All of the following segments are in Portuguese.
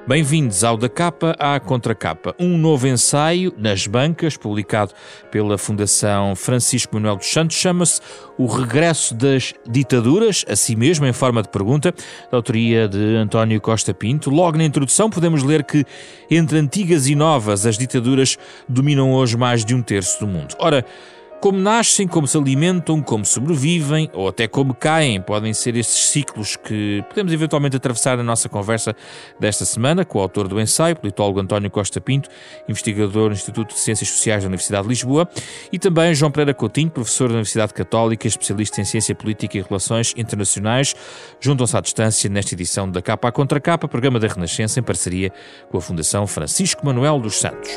Bem-vindos ao Da Capa à Contracapa, um novo ensaio nas bancas, publicado pela Fundação Francisco Manuel dos Santos, chama-se O Regresso das Ditaduras, assim mesmo em forma de pergunta, da autoria de António Costa Pinto. Logo na introdução podemos ler que, entre antigas e novas, as ditaduras dominam hoje mais de um terço do mundo. Ora, como nascem, como se alimentam, como sobrevivem ou até como caem, podem ser estes ciclos que podemos eventualmente atravessar na nossa conversa desta semana com o autor do ensaio, politólogo António Costa Pinto, investigador do Instituto de Ciências Sociais da Universidade de Lisboa, e também João Pereira Coutinho, professor da Universidade Católica, especialista em Ciência Política e Relações Internacionais. Juntam-se à distância nesta edição da Capa à Contracapa, programa da Renascença em parceria com a Fundação Francisco Manuel dos Santos.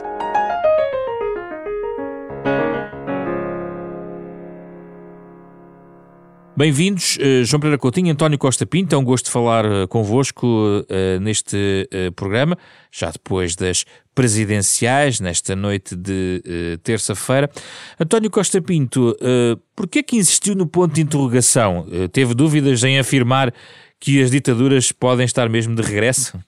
Bem-vindos, João Pereira Coutinho, António Costa Pinto. É um gosto falar convosco neste programa, já depois das presidenciais, nesta noite de terça-feira. António Costa Pinto, porquê é que insistiu no ponto de interrogação? Teve dúvidas em afirmar que as ditaduras podem estar mesmo de regresso?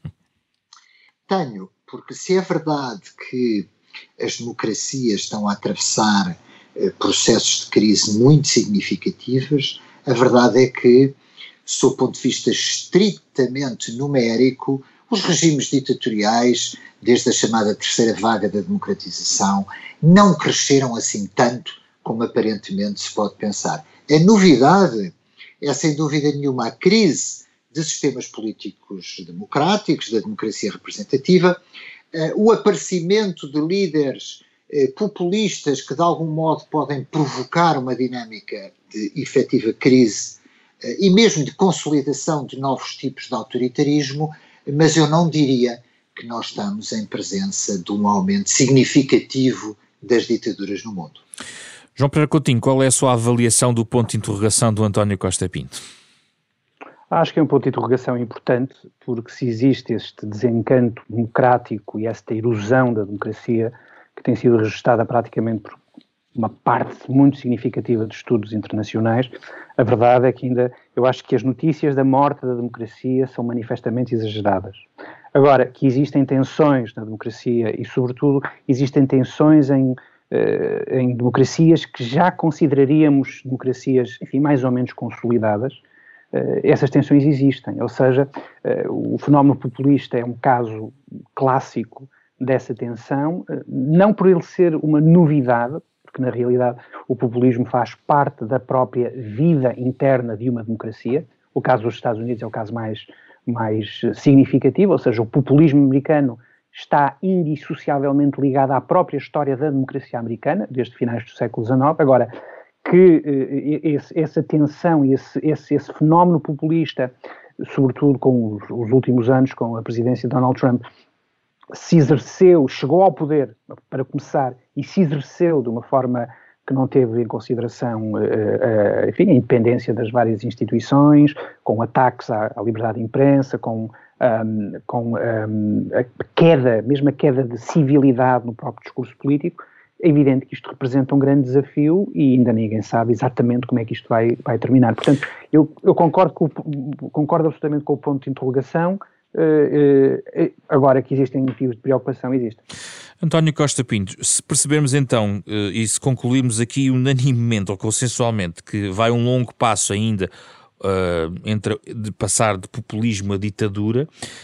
Tenho, porque se é verdade que as democracias estão a atravessar processos de crise muito significativos, a verdade é que, sob o ponto de vista estritamente numérico, os regimes ditatoriais, desde a chamada terceira vaga da democratização, não cresceram assim tanto como aparentemente se pode pensar. A novidade é, sem dúvida nenhuma, a crise de sistemas políticos democráticos, da democracia representativa, o aparecimento de líderes populistas que de algum modo podem provocar uma dinâmica de efetiva crise e mesmo de consolidação de novos tipos de autoritarismo, mas eu não diria que nós estamos em presença de um aumento significativo das ditaduras no mundo. João Pereira Coutinho, qual é a sua avaliação do ponto de interrogação do António Costa Pinto? Acho que é um ponto de interrogação importante, porque se existe este desencanto democrático e esta erosão da democracia que tem sido registada praticamente por uma parte muito significativa de estudos internacionais, a verdade é que ainda, eu acho que as notícias da morte da democracia são manifestamente exageradas. Agora, que existem tensões na democracia e, sobretudo, existem tensões em democracias que já consideraríamos democracias, enfim, mais ou menos consolidadas, essas tensões existem, ou seja, o fenómeno populista é um caso clássico dessa tensão, não por ele ser uma novidade, porque na realidade o populismo faz parte da própria vida interna de uma democracia. O caso dos Estados Unidos é o caso mais significativo, ou seja, o populismo americano está indissociavelmente ligado à própria história da democracia americana, desde finais do século XIX. Agora, que essa tensão e esse fenómeno populista, sobretudo com os últimos anos, com a presidência de Donald Trump, se exerceu, chegou ao poder, para começar, e se exerceu de uma forma que não teve em consideração, enfim, a independência das várias instituições, com ataques à liberdade de imprensa, com a queda, mesmo a queda de civilidade no próprio discurso político. É evidente que isto representa um grande desafio e ainda ninguém sabe exatamente como é que isto vai terminar. Portanto, eu concordo absolutamente com o ponto de interrogação. Agora que existem motivos de preocupação, existem. António Costa Pinto, se percebermos então e se concluirmos aqui unanimemente ou consensualmente que vai um longo passo ainda de passar de populismo a ditadura,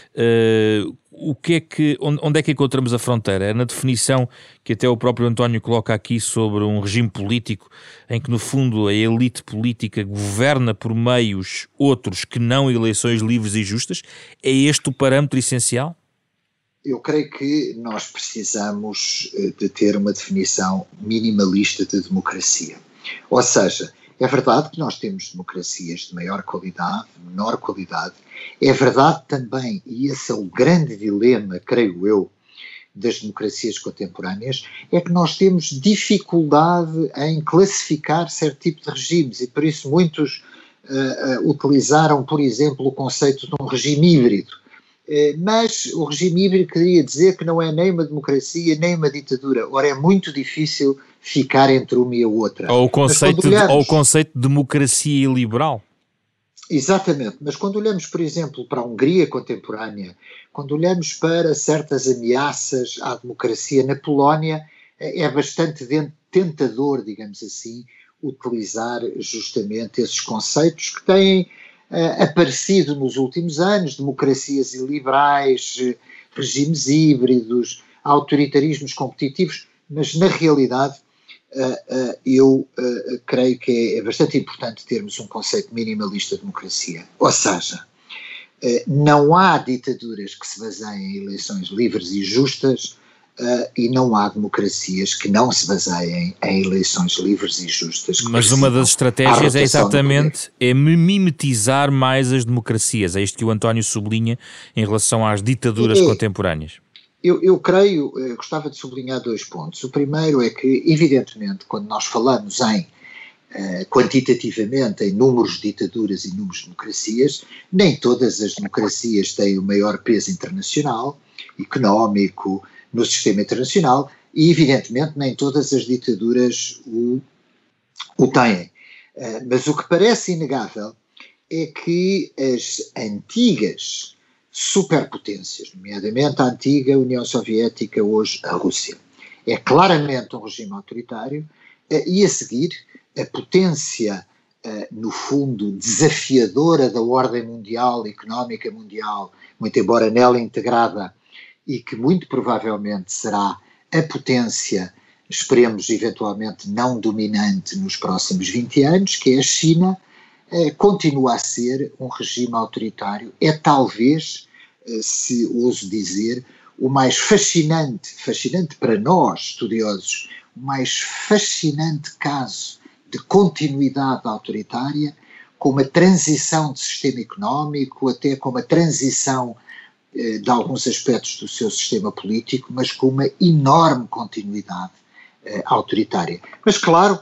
onde é que encontramos a fronteira? É na definição que até o próprio António coloca aqui sobre um regime político em que, no fundo, a elite política governa por meios outros que não eleições livres e justas? É este o parâmetro essencial? Eu creio que nós precisamos de ter uma definição minimalista de democracia. Ou seja, é verdade que nós temos democracias de maior qualidade, de menor qualidade. É verdade também, e esse é o grande dilema, creio eu, das democracias contemporâneas, é que nós temos dificuldade em classificar certo tipo de regimes e por isso muitos utilizaram, por exemplo, o conceito de um regime híbrido. Mas o regime híbrido queria dizer que não é nem uma democracia nem uma ditadura. Ora, é muito difícil ficar entre uma e a outra. Ou o conceito de democracia liberal. Exatamente, mas quando olhamos, por exemplo, para a Hungria contemporânea, quando olhamos para certas ameaças à democracia na Polónia, é bastante tentador, digamos assim, utilizar justamente esses conceitos que têm aparecido nos últimos anos: democracias iliberais, regimes híbridos, autoritarismos competitivos, mas na realidade eu creio que é bastante importante termos um conceito minimalista de democracia. Ou seja, não há ditaduras que se baseiem em eleições livres e justas e não há democracias que não se baseiem em eleições livres e justas. Mas uma das estratégias é exatamente mimetizar mais as democracias. É isto que o António sublinha em relação às ditaduras contemporâneas. Eu creio, gostava de sublinhar 2 pontos. O primeiro é que, evidentemente, quando nós falamos quantitativamente em números de ditaduras e números de democracias, nem todas as democracias têm o maior peso internacional, económico, no sistema internacional, e evidentemente nem todas as ditaduras o têm. Mas o que parece inegável é que as antigas superpotências, nomeadamente a antiga União Soviética, hoje a Rússia, é claramente um regime autoritário, e a seguir a potência, no fundo, desafiadora da ordem mundial, económica mundial, muito embora nela integrada, e que muito provavelmente será a potência, esperemos eventualmente não dominante nos próximos 20 anos, que é a China, continua a ser um regime autoritário. É talvez, se ouso dizer, o mais fascinante para nós, estudiosos, o mais fascinante caso de continuidade autoritária, com uma transição de sistema económico, até com uma transição de alguns aspectos do seu sistema político, mas com uma enorme continuidade autoritária. Mas claro,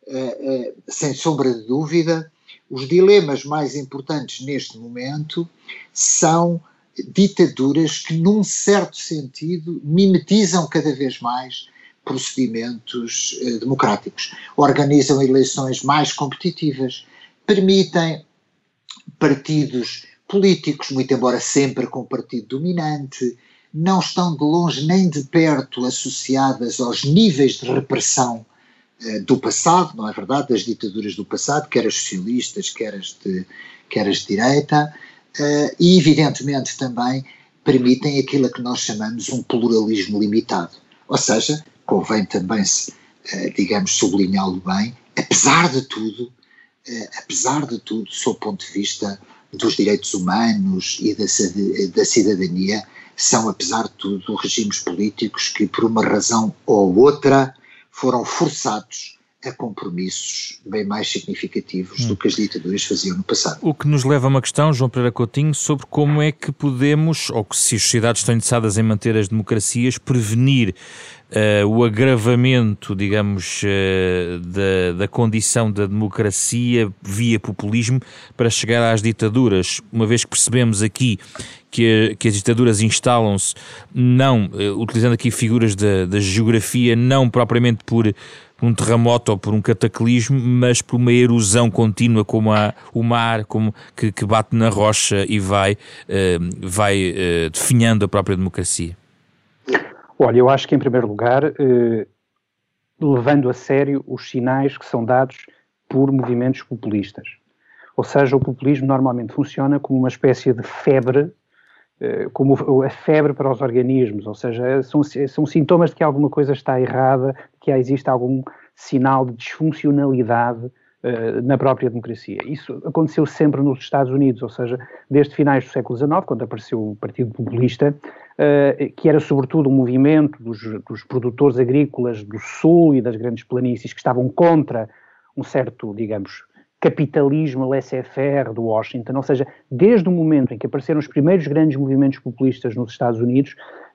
sem sombra de dúvida, os dilemas mais importantes neste momento são ditaduras que, num certo sentido, mimetizam cada vez mais procedimentos democráticos. Organizam eleições mais competitivas, permitem partidos políticos, muito embora sempre com o partido dominante, não estão de longe nem de perto associadas aos níveis de repressão do passado, não é verdade, das ditaduras do passado, quer as socialistas, quer as de direita, e evidentemente também permitem aquilo a que nós chamamos um pluralismo limitado. Ou seja, convém também, digamos, sublinhá-lo bem, apesar de tudo, sob o ponto de vista dos direitos humanos e da cidadania, são, apesar de tudo, regimes políticos que, por uma razão ou outra, foram forçados a compromissos bem mais significativos do que as ditaduras faziam no passado. O que nos leva a uma questão, João Pereira Coutinho, sobre como é que podemos, ou que se as sociedades estão interessadas em manter as democracias, prevenir o agravamento, digamos, da condição da democracia via populismo para chegar às ditaduras, uma vez que percebemos aqui que as ditaduras instalam-se, não, utilizando aqui figuras da geografia, não propriamente por um terremoto ou por um cataclismo, mas por uma erosão contínua, como o mar que bate na rocha e vai definhando a própria democracia. Olha, eu acho que, em primeiro lugar, levando a sério os sinais que são dados por movimentos populistas. Ou seja, o populismo normalmente funciona como uma espécie de febre, como a febre para os organismos, ou seja, são sintomas de que alguma coisa está errada, que existe algum sinal de disfuncionalidade na própria democracia. Isso aconteceu sempre nos Estados Unidos, ou seja, desde finais do século XIX, quando apareceu o Partido Populista, que era sobretudo um movimento dos produtores agrícolas do Sul e das grandes planícies que estavam contra um certo, digamos, capitalismo laissez-faire de Washington, ou seja, desde o momento em que apareceram os primeiros grandes movimentos populistas nos Estados Unidos,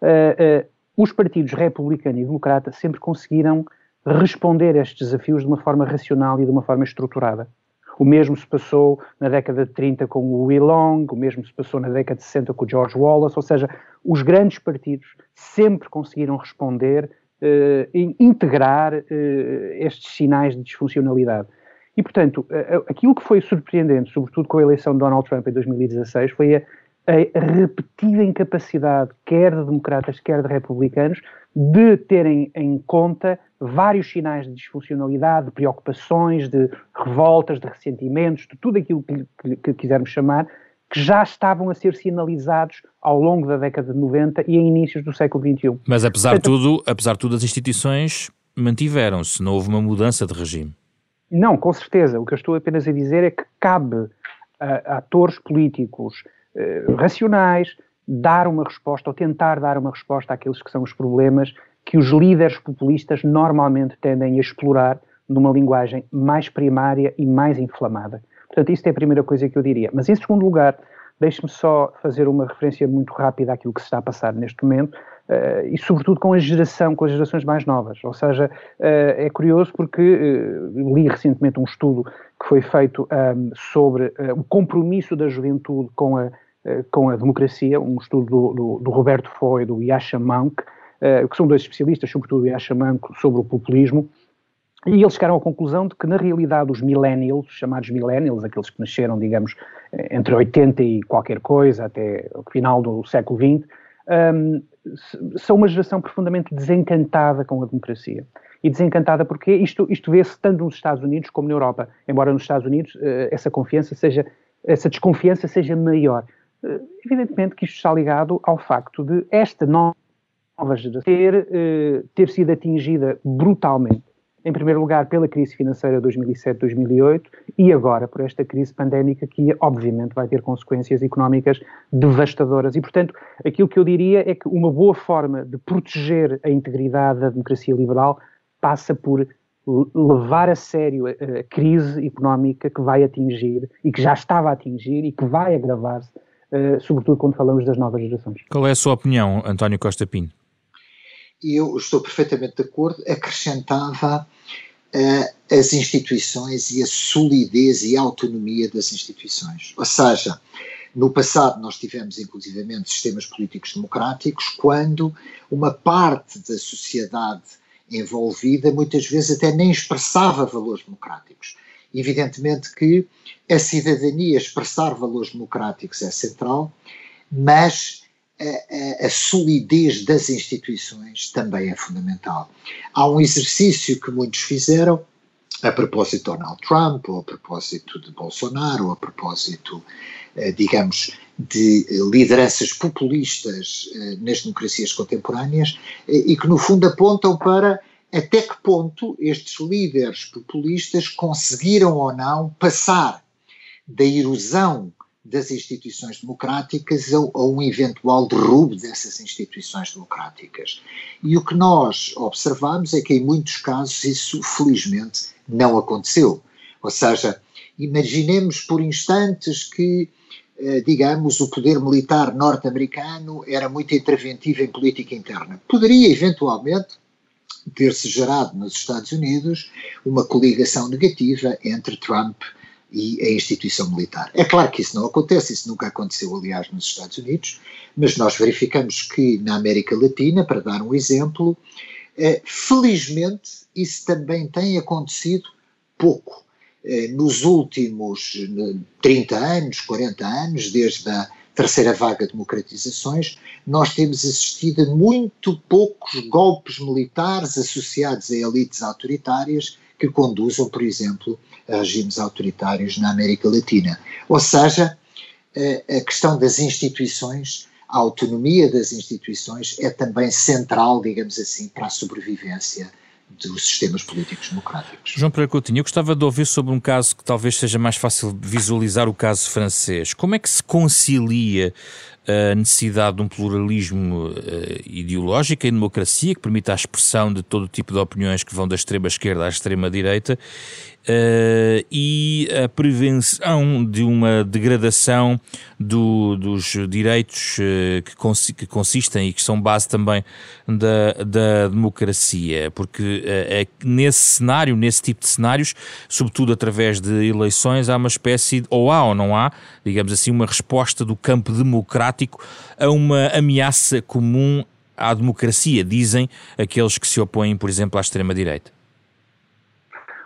os partidos republicano e democrata sempre conseguiram responder a estes desafios de uma forma racional e de uma forma estruturada. O mesmo se passou na década de 30 com o Huey Long, o mesmo se passou na década de 60 com o George Wallace, ou seja, os grandes partidos sempre conseguiram responder, integrar estes sinais de disfuncionalidade. E, portanto, aquilo que foi surpreendente, sobretudo com a eleição de Donald Trump em 2016, foi a repetida incapacidade, quer de democratas, quer de republicanos, de terem em conta vários sinais de disfuncionalidade, de preocupações, de revoltas, de ressentimentos, de tudo aquilo que quisermos chamar, que já estavam a ser sinalizados ao longo da década de 90 e em inícios do século XXI. Mas apesar de tudo, as instituições mantiveram-se, não houve uma mudança de regime. Não, com certeza. O que eu estou apenas a dizer é que cabe a atores políticos racionais dar uma resposta ou tentar dar uma resposta àqueles que são os problemas que os líderes populistas normalmente tendem a explorar numa linguagem mais primária e mais inflamada. Portanto, isto é a primeira coisa que eu diria. Mas, em segundo lugar, deixe-me só fazer uma referência muito rápida àquilo que se está a passar neste momento e, sobretudo, com as gerações mais novas. Ou seja, é curioso porque li recentemente um estudo que foi feito sobre o compromisso da juventude com a democracia, um estudo do Roberto Foy e do Yascha Mounk, que são dois especialistas, sobretudo o Yascha Mounk, sobre o populismo. E eles chegaram à conclusão de que, na realidade, os millennials, chamados millennials, aqueles que nasceram, digamos, entre 80 e qualquer coisa, até o final do século XX, são uma geração profundamente desencantada com a democracia. E desencantada porque isto vê-se tanto nos Estados Unidos como na Europa, embora nos Estados Unidos essa desconfiança seja maior. Evidentemente que isto está ligado ao facto de esta nova geração ter sido atingida brutalmente, em primeiro lugar pela crise financeira de 2007-2008 e agora por esta crise pandémica que obviamente vai ter consequências económicas devastadoras. E, portanto, aquilo que eu diria é que uma boa forma de proteger a integridade da democracia liberal passa por levar a sério a crise económica que vai atingir e que já estava a atingir e que vai agravar-se, sobretudo quando falamos das novas gerações. Qual é a sua opinião, António Costa Pinto? Eu estou perfeitamente de acordo, acrescentava as instituições e a solidez e a autonomia das instituições. Ou seja, no passado nós tivemos inclusivamente sistemas políticos democráticos quando uma parte da sociedade envolvida muitas vezes até nem expressava valores democráticos. Evidentemente que a cidadania expressar valores democráticos é central, mas a solidez das instituições também é fundamental. Há um exercício que muitos fizeram, a propósito de Donald Trump, ou a propósito de Bolsonaro, ou a propósito, digamos, de lideranças populistas nas democracias contemporâneas, e que no fundo apontam para até que ponto estes líderes populistas conseguiram ou não passar da erosão das instituições democráticas a um eventual derrubo dessas instituições democráticas. E o que nós observamos é que em muitos casos isso felizmente não aconteceu. Ou seja, imaginemos por instantes que, digamos, o poder militar norte-americano era muito interventivo em política interna. Poderia eventualmente ter-se gerado nos Estados Unidos uma coligação negativa entre Trump e a instituição militar. É claro que isso não acontece, isso nunca aconteceu, aliás, nos Estados Unidos, mas nós verificamos que na América Latina, para dar um exemplo, felizmente isso também tem acontecido pouco. Nos últimos 30 anos, 40 anos, desde a terceira vaga de democratizações, nós temos assistido a muito poucos golpes militares associados a elites autoritárias que conduzam, por exemplo, a regimes autoritários na América Latina. Ou seja, a questão das instituições, a autonomia das instituições é também central, digamos assim, para a sobrevivência dos sistemas políticos democráticos. João Pereira Coutinho, eu gostava de ouvir sobre um caso que talvez seja mais fácil visualizar, o caso francês. Como é que se concilia a necessidade de um pluralismo ideológico em democracia que permita a expressão de todo tipo de opiniões que vão da extrema-esquerda à extrema-direita e a prevenção de uma degradação dos direitos que consistem e que são base também da democracia, porque nesse cenário, nesse tipo de cenários, sobretudo através de eleições, há uma espécie de, ou há ou não há, digamos assim, uma resposta do campo democrático a uma ameaça comum à democracia, dizem aqueles que se opõem, por exemplo, à extrema-direita.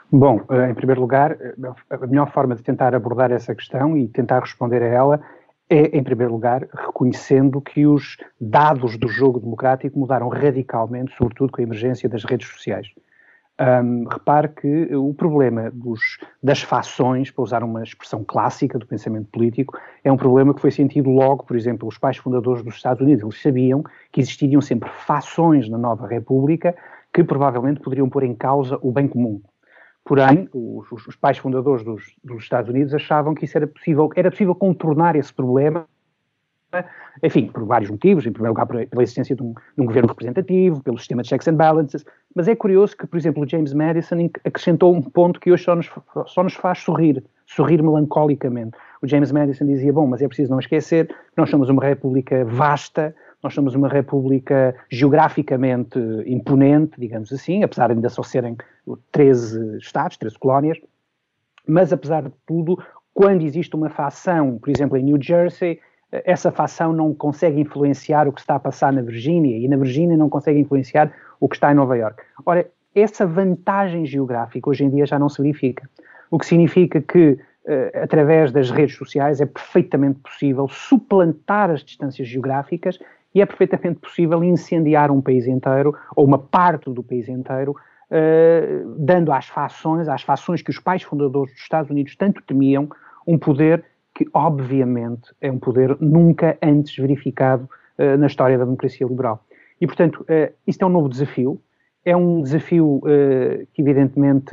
Bom, em primeiro lugar, a melhor forma de tentar abordar essa questão e tentar responder a ela é, em primeiro lugar, reconhecendo que os dados do jogo democrático mudaram radicalmente, sobretudo com a emergência das redes sociais. Repare que o problema das fações, para usar uma expressão clássica do pensamento político, é um problema que foi sentido logo, por exemplo, pelos pais fundadores dos Estados Unidos. Eles sabiam que existiriam sempre fações na nova república que provavelmente poderiam pôr em causa o bem comum. Porém, os pais fundadores dos Estados Unidos achavam que isso era possível contornar esse problema, enfim, por vários motivos, em primeiro lugar pela existência de um governo representativo, pelo sistema de checks and balances, mas é curioso que, por exemplo, o James Madison acrescentou um ponto que hoje só nos faz sorrir melancolicamente. O James Madison dizia, bom, mas é preciso não esquecer que nós somos uma república vasta, nós somos uma república geograficamente imponente, digamos assim, apesar de ainda só serem 13 estados, 13 colónias, mas apesar de tudo, quando existe uma facção, por exemplo, em New Jersey, essa facção não consegue influenciar o que está a passar na Virgínia, e na Virgínia não consegue influenciar o que está em Nova Iorque. Ora, essa vantagem geográfica hoje em dia já não se verifica, o que significa que, através das redes sociais, é perfeitamente possível suplantar as distâncias geográficas e é perfeitamente possível incendiar um país inteiro, ou uma parte do país inteiro, dando às fações que os pais fundadores dos Estados Unidos tanto temiam, um poder que, obviamente, é um poder nunca antes verificado na história da democracia liberal. E, portanto, isto é um novo desafio. É um desafio que, evidentemente,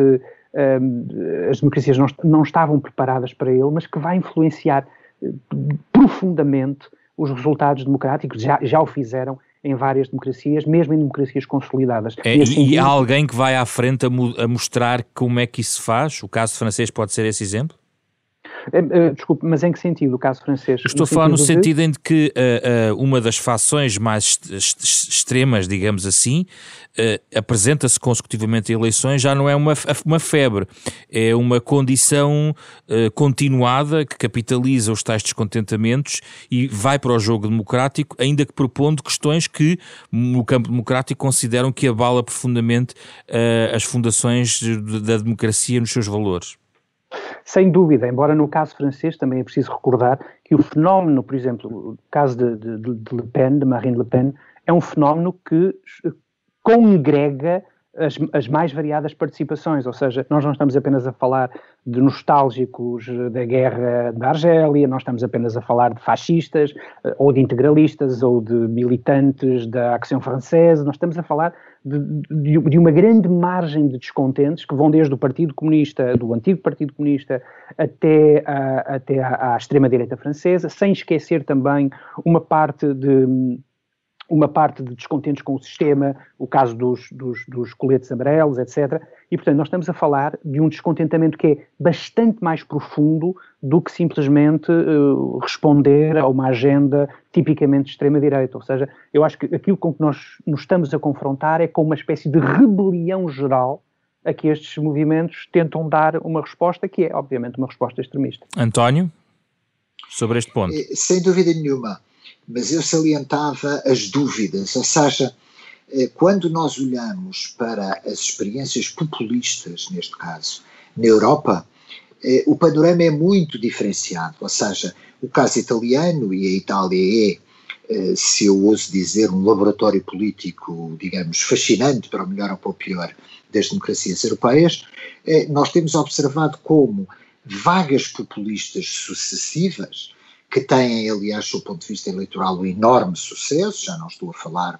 as democracias não estavam preparadas para ele, mas que vai influenciar profundamente os resultados democráticos. Já o fizeram em várias democracias, mesmo em democracias consolidadas. E há alguém que vai à frente a mostrar como é que isso se faz? O caso francês pode ser esse exemplo? Desculpe, mas em que sentido o caso francês? Estou a falar no sentido em que uma das fações mais extremas, digamos assim, apresenta-se consecutivamente a eleições, já não é uma febre, é uma condição continuada que capitaliza os tais descontentamentos e vai para o jogo democrático, ainda que propondo questões que no campo democrático consideram que abala profundamente as fundações da democracia nos seus valores. Sem dúvida, embora no caso francês também é preciso recordar que o fenómeno, por exemplo, o caso de Le Pen, de Marine Le Pen, é um fenómeno que congrega as mais variadas participações, ou seja, nós não estamos apenas a falar de nostálgicos da guerra da Argélia, nós estamos apenas a falar de fascistas, ou de integralistas, ou de militantes da Action Française, nós estamos a falar de uma grande margem de descontentes que vão desde o Partido Comunista, do antigo Partido Comunista, até à extrema-direita francesa, sem esquecer também uma parte de descontentes com o sistema, o caso dos coletes amarelos, etc. E, portanto, nós estamos a falar de um descontentamento que é bastante mais profundo do que simplesmente responder a uma agenda tipicamente de extrema-direita. Ou seja, eu acho que aquilo com que nós nos estamos a confrontar é com uma espécie de rebelião geral a que estes movimentos tentam dar uma resposta que é, obviamente, uma resposta extremista. António, sobre este ponto. Sem dúvida nenhuma. Mas eu salientava as dúvidas, ou seja, quando nós olhamos para as experiências populistas, neste caso, na Europa, o panorama é muito diferenciado, ou seja, o caso italiano, e a Itália é, se eu ouso dizer, um laboratório político, digamos, fascinante, para o melhor ou para o pior, das democracias europeias, nós temos observado como vagas populistas sucessivas, que têm, aliás, do ponto de vista eleitoral, um enorme sucesso, já não estou a falar,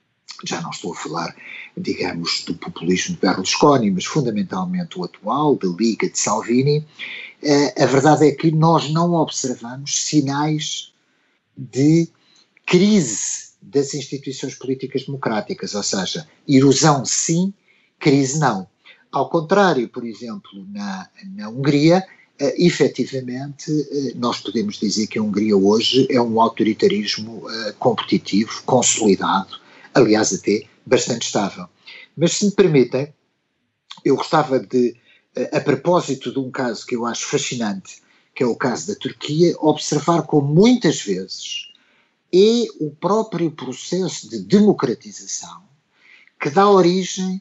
digamos, do populismo de Berlusconi, mas fundamentalmente o atual, da Liga de Salvini. A verdade é que nós não observamos sinais de crise das instituições políticas democráticas, ou seja, erosão sim, crise não. Ao contrário, por exemplo, na Hungria, efetivamente, nós podemos dizer que a Hungria hoje é um autoritarismo competitivo, consolidado, aliás até bastante estável. Mas se me permitem, eu gostava de, a propósito de um caso que eu acho fascinante, que é o caso da Turquia, observar como muitas vezes é o próprio processo de democratização que dá origem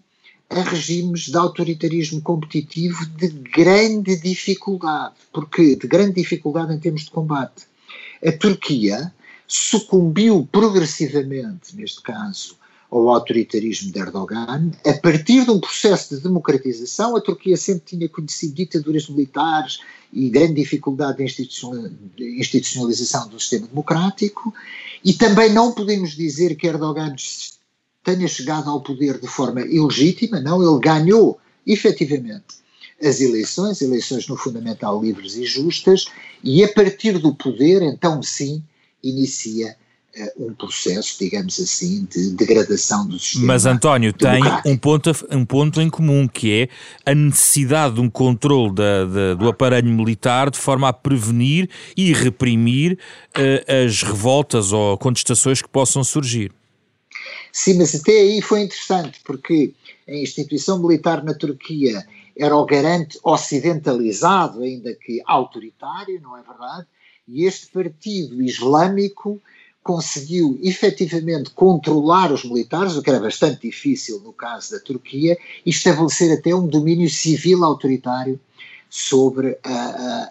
a regimes de autoritarismo competitivo de grande dificuldade, porque de grande dificuldade em termos de combate. A Turquia sucumbiu progressivamente, neste caso, ao autoritarismo de Erdogan. A partir de um processo de democratização, a Turquia sempre tinha conhecido ditaduras militares e grande dificuldade de institucionalização do sistema democrático, e também não podemos dizer que Erdogan tenha chegado ao poder de forma ilegítima, não, ele ganhou efetivamente as eleições no fundamental livres e justas, e a partir do poder, então sim, inicia um processo, digamos assim, de degradação do sistema. Mas António tem um ponto em comum, que é a necessidade de um controle do aparelho militar de forma a prevenir e reprimir as revoltas ou contestações que possam surgir. Sim, mas até aí foi interessante, porque a instituição militar na Turquia era o garante ocidentalizado, ainda que autoritário, não é verdade? E este partido islâmico conseguiu efetivamente controlar os militares, o que era bastante difícil no caso da Turquia, e estabelecer até um domínio civil autoritário sobre a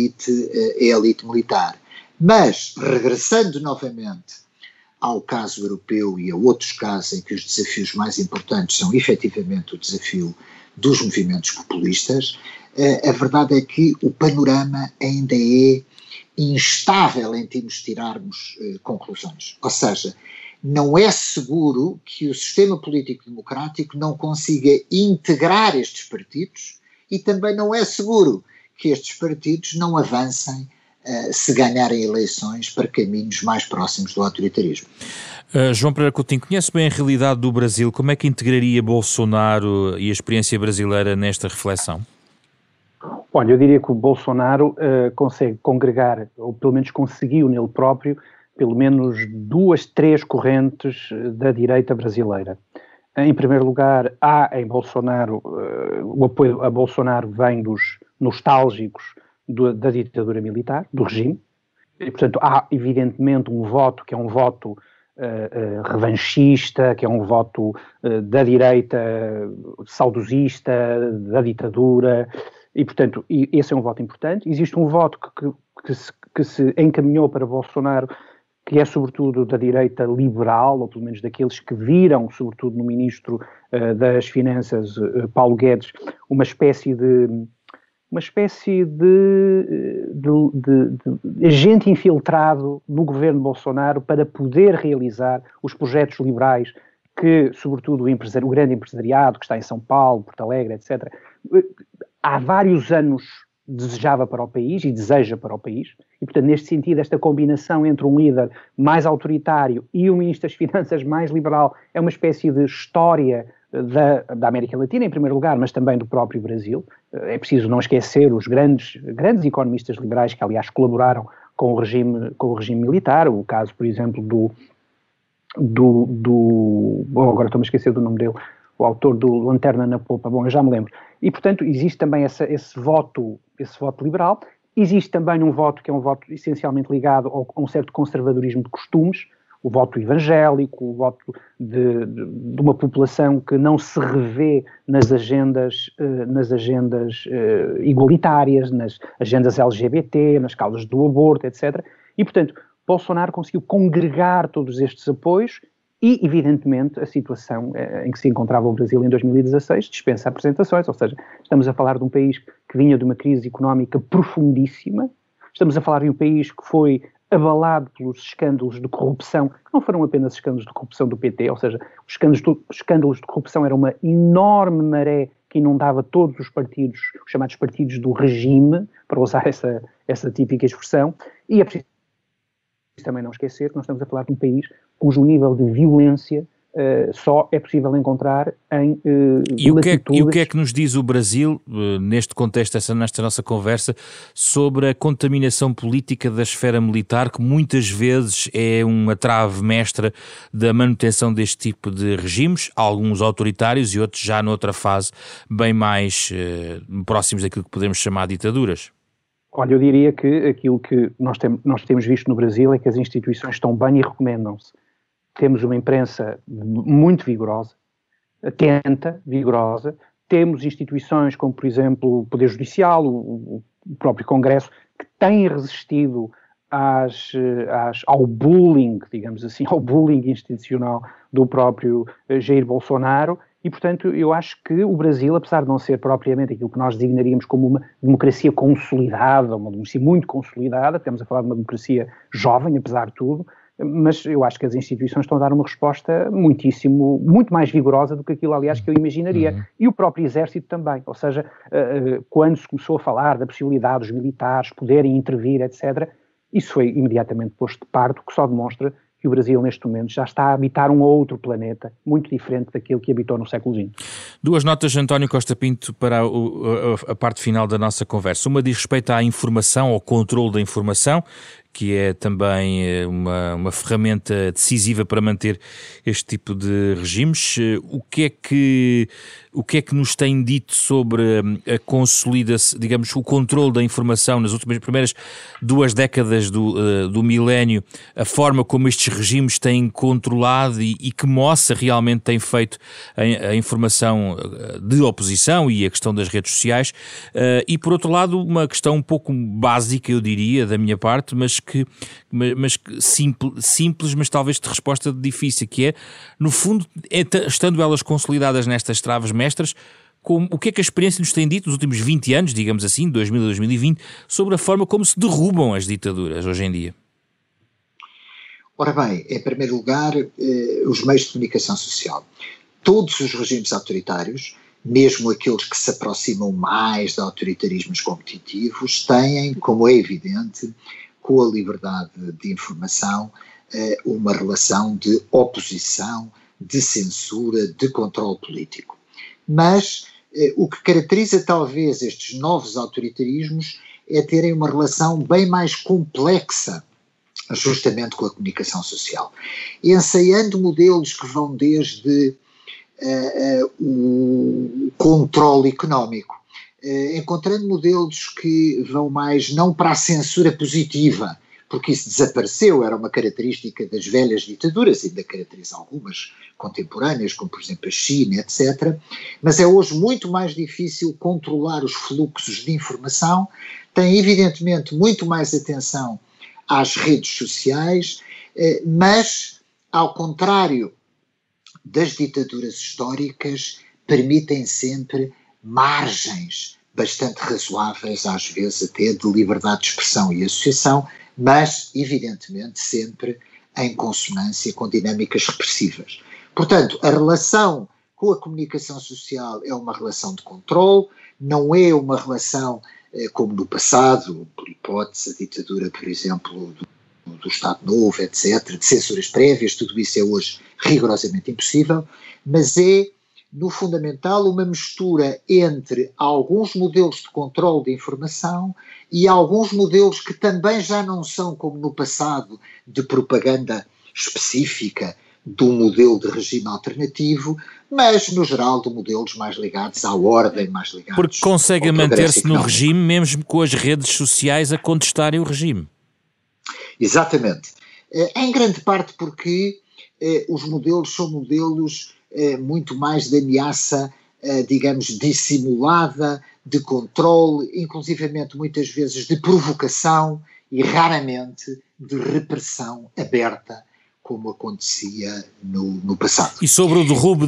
elite militar. Mas, regressando novamente ao caso europeu e a outros casos em que os desafios mais importantes são efetivamente o desafio dos movimentos populistas, a verdade é que o panorama ainda é instável em termos de tirarmos conclusões. Ou seja, não é seguro que o sistema político-democrático não consiga integrar estes partidos, e também não é seguro que estes partidos não avancem se ganharem eleições para caminhos mais próximos do autoritarismo. João Pereira Coutinho, conhece bem a realidade do Brasil. Como é que integraria Bolsonaro e a experiência brasileira nesta reflexão? Olha, eu diria que o Bolsonaro consegue congregar, ou pelo menos conseguiu nele próprio, pelo menos 2, 3 correntes da direita brasileira. Em primeiro lugar, há em Bolsonaro, o apoio a Bolsonaro vem dos nostálgicos da ditadura militar, do regime, e, portanto, há evidentemente um voto que é um voto revanchista, que é um voto da direita saudosista, da ditadura, e, portanto, esse é um voto importante. Existe um voto que se encaminhou para Bolsonaro, que é sobretudo da direita liberal, ou pelo menos daqueles que viram, sobretudo no ministro das Finanças, Paulo Guedes, uma espécie de agente infiltrado no governo Bolsonaro para poder realizar os projetos liberais que, sobretudo, o grande empresariado que está em São Paulo, Porto Alegre, etc., há vários anos desejava para o país e deseja para o país. E, portanto, neste sentido, esta combinação entre um líder mais autoritário e um ministro das Finanças mais liberal é uma espécie de história da América Latina, em primeiro lugar, mas também do próprio Brasil. É preciso não esquecer os grandes economistas liberais que, aliás, colaboraram com o regime militar. O caso, por exemplo, agora estou-me a esquecer do nome dele, o autor do Lanterna na Popa. Bom, eu já me lembro. E, portanto, existe também esse voto liberal. Existe também um voto que é um voto essencialmente ligado a um certo conservadorismo de costumes, o voto evangélico, o voto de uma população que não se revê nas agendas igualitárias, nas agendas LGBT, nas causas do aborto, etc. E, portanto, Bolsonaro conseguiu congregar todos estes apoios e, evidentemente, a situação em que se encontrava o Brasil em 2016 dispensa apresentações, ou seja, estamos a falar de um país que vinha de uma crise económica profundíssima, estamos a falar de um país que foi abalado pelos escândalos de corrupção, que não foram apenas escândalos de corrupção do PT, ou seja, os escândalos de corrupção eram uma enorme maré que inundava todos os partidos, os chamados partidos do regime, para usar essa típica expressão, e é preciso também não esquecer que nós estamos a falar de um país cujo nível de violência só é possível encontrar em latitudes... E o que é que nos diz o Brasil, neste contexto, nesta nossa conversa, sobre a contaminação política da esfera militar, que muitas vezes é uma trave mestra da manutenção deste tipo de regimes, alguns autoritários e outros já noutra fase bem mais próximos daquilo que podemos chamar de ditaduras? Olha, eu diria que aquilo que nós temos visto no Brasil é que as instituições estão bem e recomendam-se. Temos uma imprensa muito vigorosa, atenta, vigorosa. Temos instituições como, por exemplo, o Poder Judicial, o próprio Congresso, que têm resistido ao bullying, digamos assim, ao bullying institucional do próprio Jair Bolsonaro, e, portanto, eu acho que o Brasil, apesar de não ser propriamente aquilo que nós designaríamos como uma democracia consolidada, uma democracia muito consolidada, estamos a falar de uma democracia jovem, apesar de tudo, mas eu acho que as instituições estão a dar uma resposta muito mais vigorosa do que aquilo, aliás, que eu imaginaria. E o próprio Exército também, ou seja, quando se começou a falar da possibilidade dos militares poderem intervir, etc., isso foi imediatamente posto de parte, o que só demonstra que o Brasil, neste momento, já está a habitar um outro planeta, muito diferente daquele que habitou no século XX. Duas notas, António Costa Pinto, para a parte final da nossa conversa. Uma diz respeito à informação, ao controle da informação, que é também uma ferramenta decisiva para manter este tipo de regimes. O que é que nos tem dito sobre a consolidação, digamos, o controle da informação nas primeiras 2 décadas do milénio, a forma como estes regimes têm controlado e que moça realmente tem feito a informação de oposição e a questão das redes sociais, e por outro lado uma questão um pouco básica, eu diria, da minha parte, mas simples, mas talvez de resposta difícil, que é, no fundo, estando elas consolidadas nestas travas mestras, o que é que a experiência nos tem dito nos últimos 20 anos, digamos assim, 2000 a 2020, sobre a forma como se derrubam as ditaduras hoje em dia? Ora bem, em primeiro lugar, os meios de comunicação social. Todos os regimes autoritários, mesmo aqueles que se aproximam mais de autoritarismos competitivos, têm, como é evidente, com a liberdade de informação, uma relação de oposição, de censura, de controle político. Mas o que caracteriza talvez estes novos autoritarismos é terem uma relação bem mais complexa justamente com a comunicação social, ensaiando modelos que vão desde o controle económico, encontrando modelos que vão mais não para a censura positiva, porque isso desapareceu, era uma característica das velhas ditaduras, ainda caracteriza algumas contemporâneas, como por exemplo a China, etc. Mas é hoje muito mais difícil controlar os fluxos de informação, tem evidentemente muito mais atenção às redes sociais, mas, ao contrário das ditaduras históricas, permitem sempre margens bastante razoáveis, às vezes até de liberdade de expressão e associação, mas, evidentemente, sempre em consonância com dinâmicas repressivas. Portanto, a relação com a comunicação social é uma relação de controle, não é uma relação como no passado, por hipótese, a ditadura, por exemplo, do Estado Novo, etc., de censuras prévias, tudo isso é hoje rigorosamente impossível, mas é, no fundamental, uma mistura entre alguns modelos de controle de informação e alguns modelos que também já não são, como no passado, de propaganda específica do modelo de regime alternativo, mas, no geral, de modelos mais ligados à ordem, mais ligados porque conseguem manter-se no regime, mesmo com as redes sociais a contestarem o regime. Exatamente. Em grande parte porque os modelos são modelos muito mais de ameaça, digamos, dissimulada, de controle, inclusivamente muitas vezes de provocação e raramente de repressão aberta, como acontecia no passado. E sobre o derrubo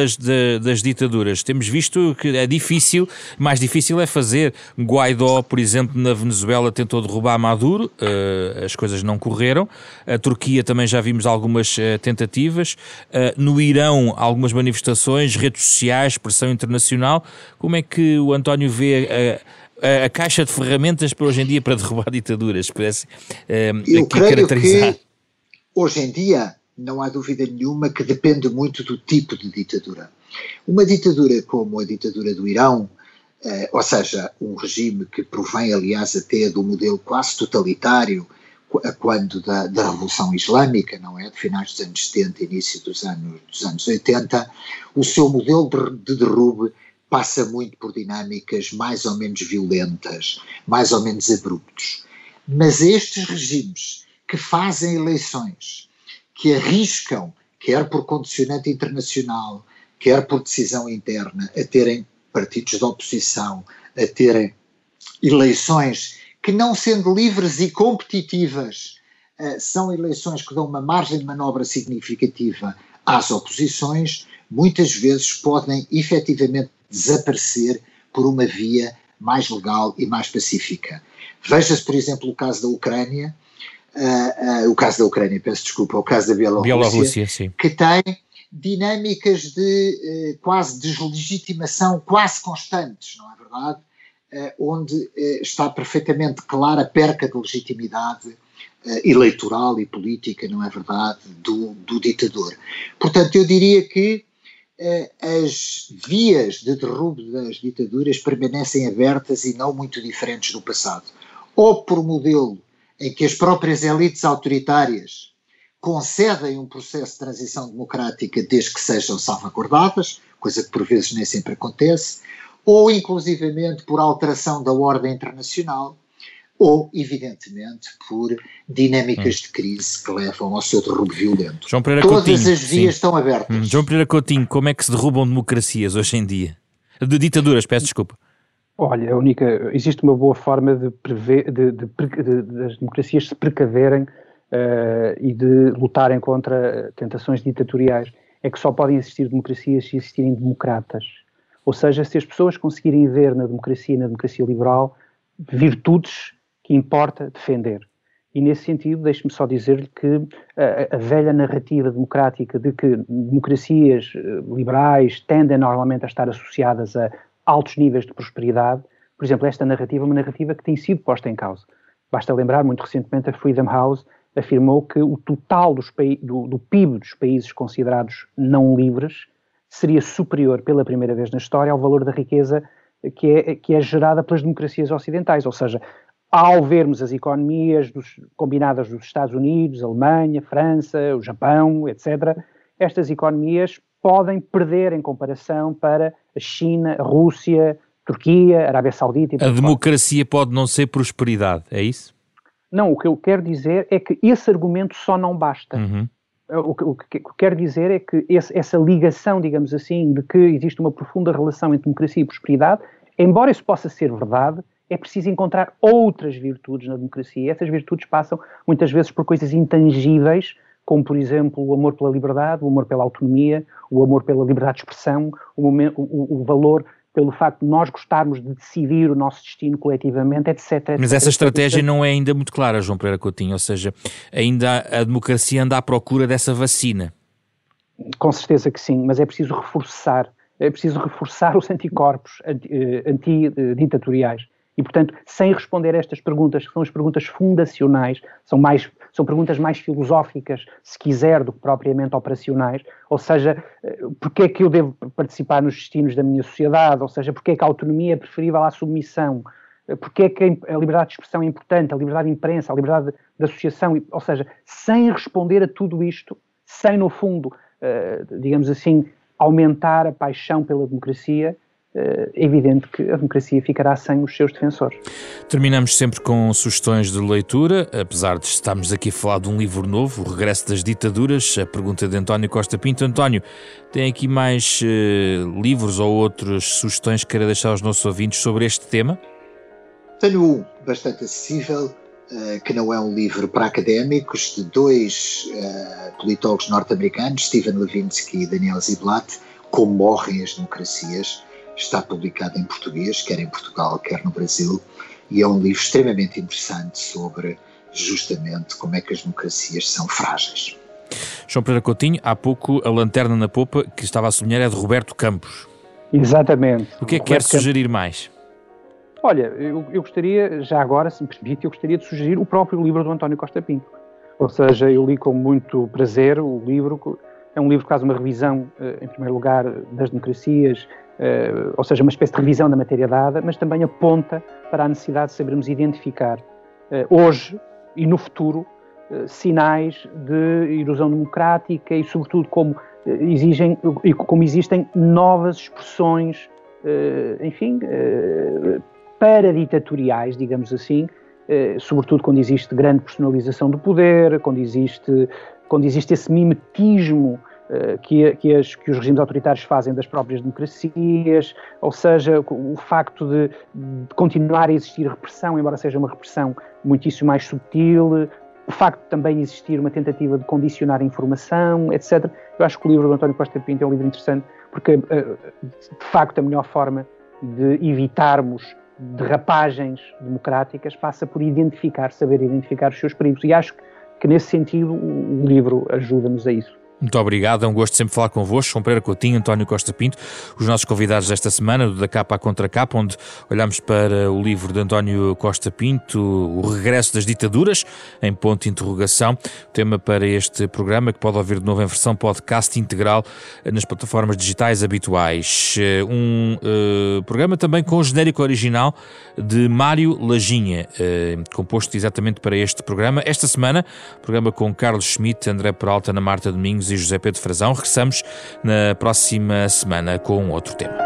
das ditaduras, temos visto que é difícil, mais difícil é fazer. Guaidó, por exemplo, na Venezuela tentou derrubar Maduro, as coisas não correram. A Turquia também já vimos algumas tentativas. No Irão, algumas manifestações, redes sociais, pressão internacional. Como é que o António vê a caixa de ferramentas para hoje em dia para derrubar ditaduras? Parece Eu creio que hoje em dia não há dúvida nenhuma que depende muito do tipo de ditadura. Uma ditadura como a ditadura do Irão, ou seja, um regime que provém aliás até do modelo quase totalitário quando da Revolução Islâmica, não é? De finais dos anos 70, início dos anos 80, o seu modelo de derrube passa muito por dinâmicas mais ou menos violentas, mais ou menos abruptos. Mas estes regimes que fazem eleições, que arriscam, quer por condicionante internacional, quer por decisão interna, a terem partidos de oposição, a terem eleições que, não sendo livres e competitivas, são eleições que dão uma margem de manobra significativa às oposições, muitas vezes podem efetivamente desaparecer por uma via mais legal e mais pacífica. Veja-se, por exemplo, o caso da Ucrânia, o caso da Bielorrússia, sim. Que tem dinâmicas de quase deslegitimação quase constantes, não é verdade? Onde está perfeitamente clara a perca de legitimidade eleitoral e política, não é verdade, do ditador. Portanto, eu diria que as vias de derrubo das ditaduras permanecem abertas e não muito diferentes do passado. Ou por modelo em que as próprias elites autoritárias concedem um processo de transição democrática desde que sejam salvaguardadas, coisa que por vezes nem sempre acontece, ou inclusivamente por alteração da ordem internacional, ou, evidentemente, por dinâmicas de crise que levam ao seu derrubo violento. João Pereira Todas Coutinho, as vias estão abertas. João Pereira Coutinho, como é que se derrubam democracias hoje em dia? De ditaduras, peço desculpa. Olha, existe uma boa forma das democracias se precaverem e de lutarem contra tentações ditatoriais. É que só podem existir democracias se existirem democratas. Ou seja, se as pessoas conseguirem ver na democracia liberal virtudes que importa defender. E nesse sentido, deixe-me só dizer-lhe que a velha narrativa democrática de que democracias liberais tendem normalmente a estar associadas a altos níveis de prosperidade, por exemplo, esta narrativa é uma narrativa que tem sido posta em causa. Basta lembrar, muito recentemente, a Freedom House afirmou que o total do PIB dos países considerados não livres seria superior pela primeira vez na história ao valor da riqueza que é gerada pelas democracias ocidentais. Ou seja, ao vermos as economias combinadas dos Estados Unidos, Alemanha, França, o Japão, etc., estas economias podem perder em comparação para a China, a Rússia, a Turquia, a Arábia Saudita. A democracia pode não ser prosperidade, é isso? Não, o que eu quero dizer é que esse argumento só não basta. Uhum. O que quero dizer é que essa ligação, digamos assim, de que existe uma profunda relação entre democracia e prosperidade, embora isso possa ser verdade, é preciso encontrar outras virtudes na democracia. Essas virtudes passam muitas vezes por coisas intangíveis, como, por exemplo, o amor pela liberdade, o amor pela autonomia, o amor pela liberdade de expressão, o valor pelo facto de nós gostarmos de decidir o nosso destino coletivamente, etc. Mas essa estratégia não é ainda muito clara, João Pereira Coutinho, ou seja, ainda a democracia anda à procura dessa vacina. Com certeza que sim, mas é preciso reforçar os anticorpos antiditatoriais. E, portanto, sem responder a estas perguntas, que são as perguntas fundacionais, são perguntas mais filosóficas, se quiser, do que propriamente operacionais, ou seja, porque é que eu devo participar nos destinos da minha sociedade, ou seja, porque é que a autonomia é preferível à submissão, porque é que a liberdade de expressão é importante, a liberdade de imprensa, a liberdade de associação, ou seja, sem responder a tudo isto, sem, no fundo, digamos assim, aumentar a paixão pela democracia, é evidente que a democracia ficará sem os seus defensores. Terminamos sempre com sugestões de leitura, apesar de estarmos aqui a falar de um livro novo, O Regresso das Ditaduras, a pergunta de António Costa Pinto. António, tem aqui mais livros ou outras sugestões que queira deixar aos nossos ouvintes sobre este tema? Tenho um bastante acessível, que não é um livro para académicos, de dois politólogos norte-americanos, Stephen Levinsky e Daniel Ziblatt, Como Morrem as Democracias. Está publicado em português, quer em Portugal, quer no Brasil, e é um livro extremamente interessante sobre justamente como é que as democracias são frágeis. João Pereira Coutinho, há pouco a lanterna na popa que estava a sublinhar é de Roberto Campos. Exatamente. O que é que quer sugerir mais? Olha, eu gostaria, já agora, se me permite, eu gostaria de sugerir o próprio livro do António Costa Pinto. Ou seja, eu li com muito prazer o livro. É um livro que faz uma revisão, em primeiro lugar, das democracias, ou seja, uma espécie de revisão da matéria dada, mas também aponta para a necessidade de sabermos identificar hoje e no futuro sinais de erosão democrática e, sobretudo, como existem novas expressões, paraditatoriais, digamos assim, sobretudo quando existe grande personalização do poder, quando existe esse mimetismo que os regimes autoritários fazem das próprias democracias, ou seja, o facto de continuar a existir repressão, embora seja uma repressão muitíssimo mais subtil, o facto de também existir uma tentativa de condicionar a informação, etc. Eu acho que o livro do António Costa Pinto é um livro interessante, porque, de facto, a melhor forma de evitarmos derrapagens democráticas passa por saber identificar os seus perigos. E acho que nesse sentido, o livro ajuda-nos a isso. Muito obrigado, é um gosto sempre falar convosco. João Pereira Coutinho, António Costa Pinto, os nossos convidados desta semana, do Da Capa à Contra Capa, onde olhamos para o livro de António Costa Pinto, O Regresso das Ditaduras, em ponto de interrogação. Tema para este programa, que pode ouvir de novo em versão podcast integral nas plataformas digitais habituais. Um programa também com o genérico original de Mário Lajinha, composto exatamente para este programa. Esta semana, programa com Carlos Schmitt, André Peralta, Ana Marta Domingos e José Pedro Frazão. Regressamos na próxima semana com outro tema.